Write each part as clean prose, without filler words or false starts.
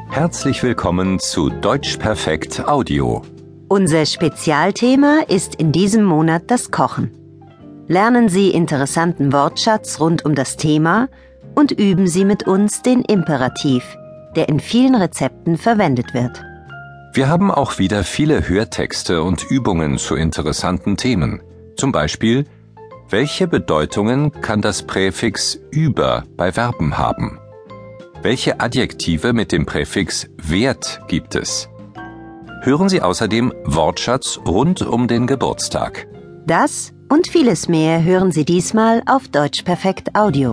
Herzlich willkommen zu Deutsch Perfekt Audio. Unser Spezialthema ist in diesem Monat das Kochen. Lernen Sie interessanten Wortschatz rund um das Thema und üben Sie mit uns den Imperativ, der in vielen Rezepten verwendet wird. Wir haben auch wieder viele Hörtexte und Übungen zu interessanten Themen. Zum Beispiel, welche Bedeutungen kann das Präfix über bei Verben haben? Welche Adjektive mit dem Präfix Wert gibt es? Hören Sie außerdem Wortschatz rund um den Geburtstag. Das und vieles mehr hören Sie diesmal auf Deutsch Perfekt Audio.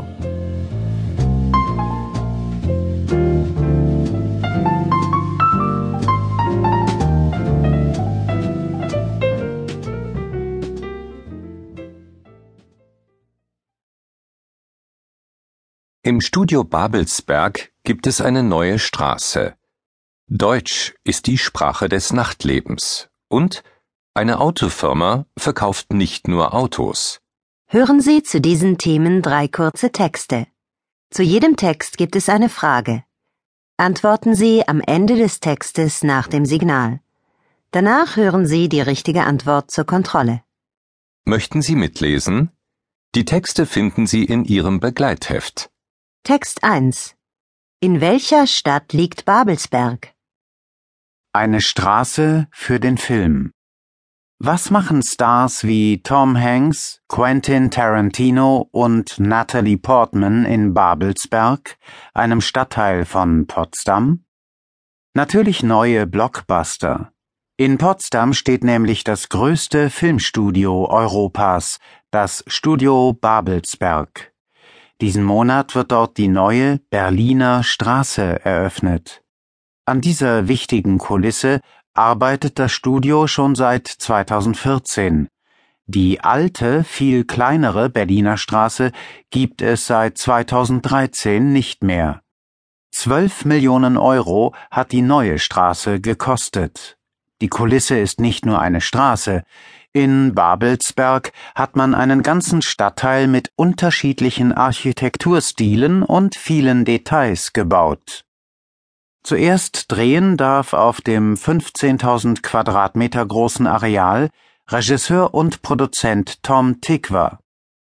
Im Studio Babelsberg gibt es eine neue Straße. Deutsch ist die Sprache des Nachtlebens und eine Autofirma verkauft nicht nur Autos. Hören Sie zu diesen Themen 3 kurze Texte. Zu jedem Text gibt es eine Frage. Antworten Sie am Ende des Textes nach dem Signal. Danach hören Sie die richtige Antwort zur Kontrolle. Möchten Sie mitlesen? Die Texte finden Sie in Ihrem Begleitheft. Text 1. In welcher Stadt liegt Babelsberg? Eine Straße für den Film. Was machen Stars wie Tom Hanks, Quentin Tarantino und Natalie Portman in Babelsberg, einem Stadtteil von Potsdam? Natürlich neue Blockbuster. In Potsdam steht nämlich das größte Filmstudio Europas, das Studio Babelsberg. Diesen Monat wird dort die neue Berliner Straße eröffnet. An dieser wichtigen Kulisse arbeitet das Studio schon seit 2014. Die alte, viel kleinere Berliner Straße gibt es seit 2013 nicht mehr. 12 Millionen Euro hat die neue Straße gekostet. Die Kulisse ist nicht nur eine Straße. In Babelsberg hat man einen ganzen Stadtteil mit unterschiedlichen Architekturstilen und vielen Details gebaut. Zuerst drehen darf auf dem 15.000 Quadratmeter großen Areal Regisseur und Produzent Tom Tykwer.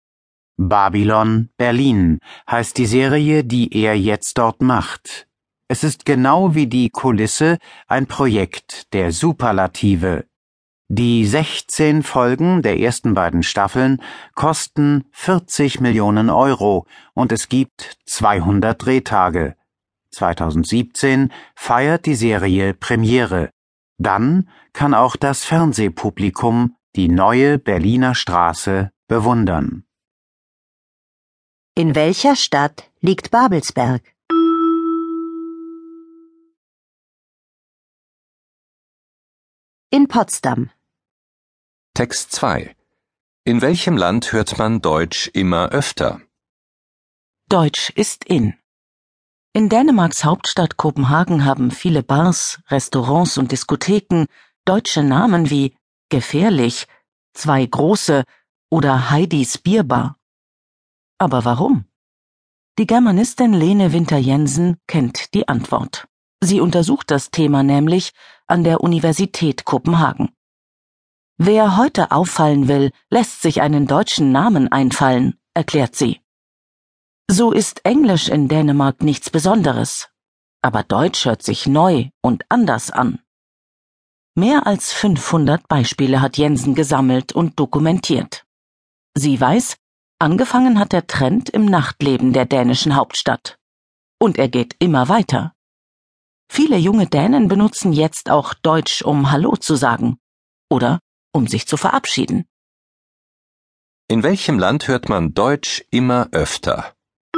Babylon Berlin heißt die Serie, die er jetzt dort macht. Es ist genau wie die Kulisse ein Projekt der Superlative. Die 16 Folgen der ersten beiden Staffeln kosten 40 Millionen Euro und es gibt 200 Drehtage. 2017 feiert die Serie Premiere. Dann kann auch das Fernsehpublikum die neue Berliner Straße bewundern. In welcher Stadt liegt Babelsberg? In Potsdam. Text 2. In welchem Land hört man Deutsch immer öfter? Deutsch ist in. In Dänemarks Hauptstadt Kopenhagen haben viele Bars, Restaurants und Diskotheken deutsche Namen wie Gefährlich, Zwei Große oder Heidis Bierbar. Aber warum? Die Germanistin Lene Winther-Jensen kennt die Antwort. Sie untersucht das Thema nämlich an der Universität Kopenhagen. Wer heute auffallen will, lässt sich einen deutschen Namen einfallen, erklärt sie. So ist Englisch in Dänemark nichts Besonderes, aber Deutsch hört sich neu und anders an. Mehr als 500 Beispiele hat Jensen gesammelt und dokumentiert. Sie weiß, angefangen hat der Trend im Nachtleben der dänischen Hauptstadt. Und er geht immer weiter. Viele junge Dänen benutzen jetzt auch Deutsch, um Hallo zu sagen oder um sich zu verabschieden. In welchem Land hört man Deutsch immer öfter?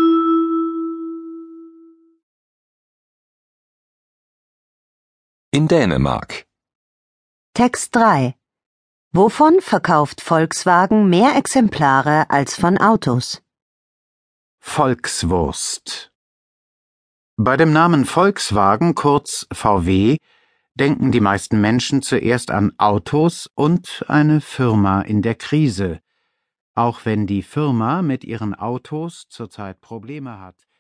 In Dänemark. Text 3. Wovon verkauft Volkswagen mehr Exemplare als von Autos? Volkswurst. Bei dem Namen Volkswagen, kurz VW, denken die meisten Menschen zuerst an Autos und eine Firma in der Krise. Auch wenn die Firma mit ihren Autos zurzeit Probleme hat.